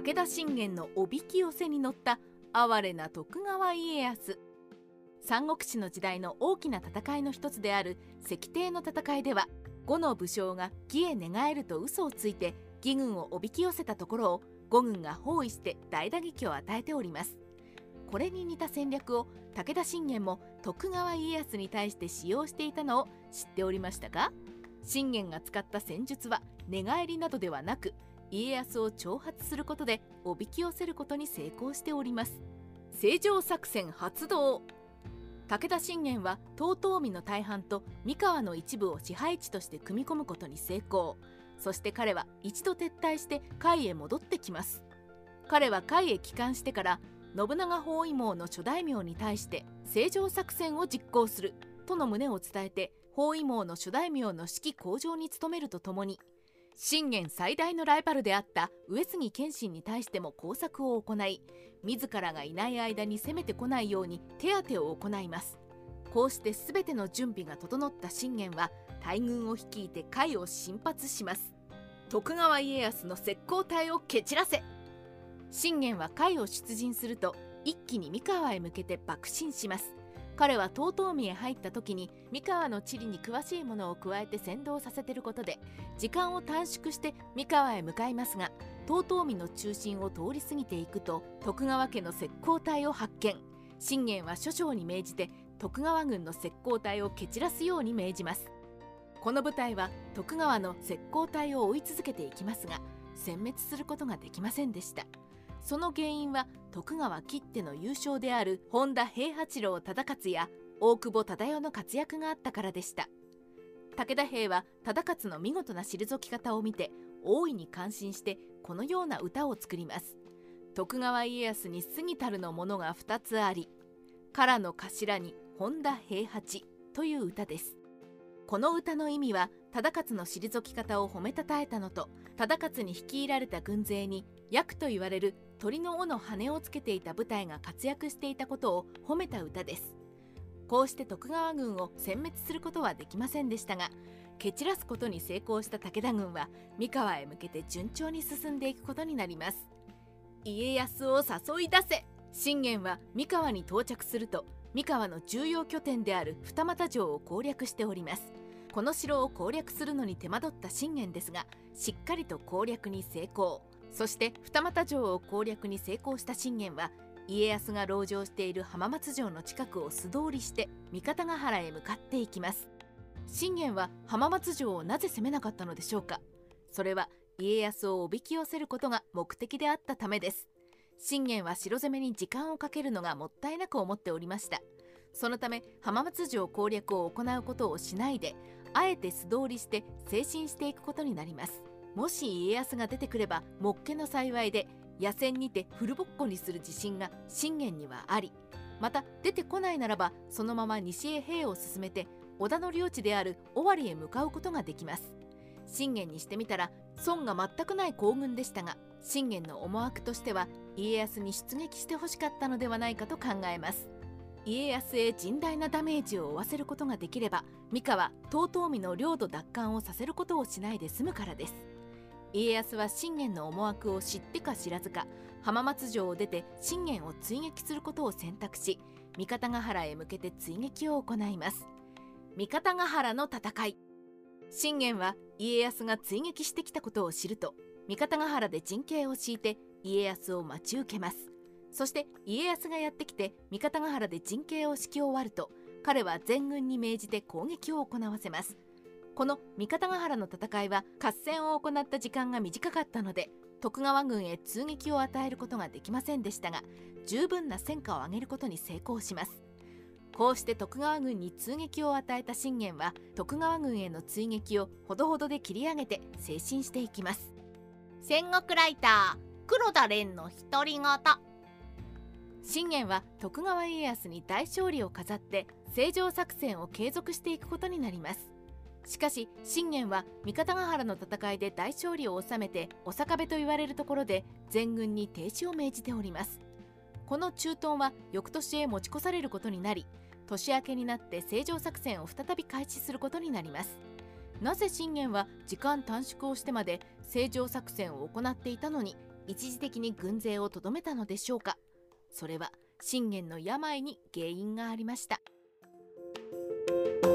武田信玄のおびき寄せに乗った哀れな徳川家康。三国志の時代の大きな戦いの一つである関亭の戦いでは、呉の武将が義へ寝返ると嘘をついて義軍をおびき寄せたところを呉軍が包囲して大打撃を与えております。これに似た戦略を武田信玄も徳川家康に対して使用していたのを知っておりましたか？信玄が使った戦術は寝返りなどではなく、家康を挑発することでおびき寄せることに成功しております。成城作戦発動。武田信玄は遠江の大半と三河の一部を支配地として組み込むことに成功。そして彼は一度撤退して甲斐へ戻ってきます。彼は甲斐へ帰還してから信長包囲網の諸大名に対して成城作戦を実行するとの旨を伝えて、包囲網の諸大名の士気向上に努めるとともに、信玄最大のライバルであった上杉謙信に対しても工作を行い、自らがいない間に攻めてこないように手当てを行います。こうして全ての準備が整った信玄は大軍を率いて甲斐を進発します。徳川家康の石膏隊を蹴散らせ。信玄は甲斐を出陣すると一気に三河へ向けて爆進します。彼は遠江へ入った時に三河の地理に詳しいものを加えて先導させていることで時間を短縮して三河へ向かいますが、遠江の中心を通り過ぎていくと徳川家の石膏隊を発見。信玄は諸将に命じて徳川軍の石膏隊を蹴散らすように命じます。この部隊は徳川の石膏隊を追い続けていきますが、殲滅することができませんでした。その原因は徳川きっての優勝である本田平八郎忠勝や大久保忠世の活躍があったからでした。武田兵は忠勝の見事な退き方を見て大いに感心してこのような歌を作ります。徳川家康に過ぎたるのものが2つあり、からの頭に本田平八という歌です。この歌の意味は、忠勝の退き方を褒めたたえたのと、忠勝に率いられた軍勢に役と言われる鳥の尾の羽をつけていた部隊が活躍していたことを褒めた歌です。こうして徳川軍を殲滅することはできませんでしたが、蹴散らすことに成功した武田軍は三河へ向けて順調に進んでいくことになります。家康を誘い出せ。信玄は三河に到着すると、三河の重要拠点である二俣城を攻略しております。この城を攻略するのに手間取った信玄ですが、しっかりと攻略に成功。そして二俣城を攻略に成功した信玄は、家康が籠城している浜松城の近くを素通りして三方ヶ原へ向かっていきます。信玄は浜松城をなぜ攻めなかったのでしょうか。それは家康をおびき寄せることが目的であったためです。信玄は城攻めに時間をかけるのがもったいなく思っておりました。そのため浜松城攻略を行うことをしないで、あえて素通りして前進していくことになります。もし家康が出てくればもっけの幸いで、野戦にてフルボッコにする自信が信玄にはあり、また出てこないならばそのまま西へ兵を進めて織田の領地である尾張へ向かうことができます。信玄にしてみたら損が全くない行軍でしたが、信玄の思惑としては家康に出撃してほしかったのではないかと考えます。家康へ甚大なダメージを負わせることができれば、三河遠江の領土奪還をさせることをしないで済むからです。家康は信玄の思惑を知ってか知らずか、浜松城を出て信玄を追撃することを選択し、三方ヶ原へ向けて追撃を行います。三方ヶ原の戦い。信玄は家康が追撃してきたことを知ると、三方ヶ原で陣形を敷いて家康を待ち受けます。そして家康がやってきて三方ヶ原で陣形を敷き終わると、彼は全軍に命じて攻撃を行わせます。この三方ヶ原の戦いは合戦を行った時間が短かったので、徳川軍へ通撃を与えることができませんでしたが、十分な戦果を上げることに成功します。こうして徳川軍に通撃を与えた信玄は、徳川軍への追撃をほどほどで切り上げて前進していきます。 戦国ライター黒田蓮の独り言。 信玄は徳川家康に大勝利を飾って成城作戦を継続していくことになります。しかし信玄は三方ヶ原の戦いで大勝利を収めてお坂部と言われるところで全軍に停止を命じております。この駐屯は翌年へ持ち越されることになり、年明けになって成城作戦を再び開始することになります。なぜ信玄は時間短縮をしてまで成城作戦を行っていたのに、 一時的に軍勢をとどめたのでしょうか。それは信玄の病に原因がありました。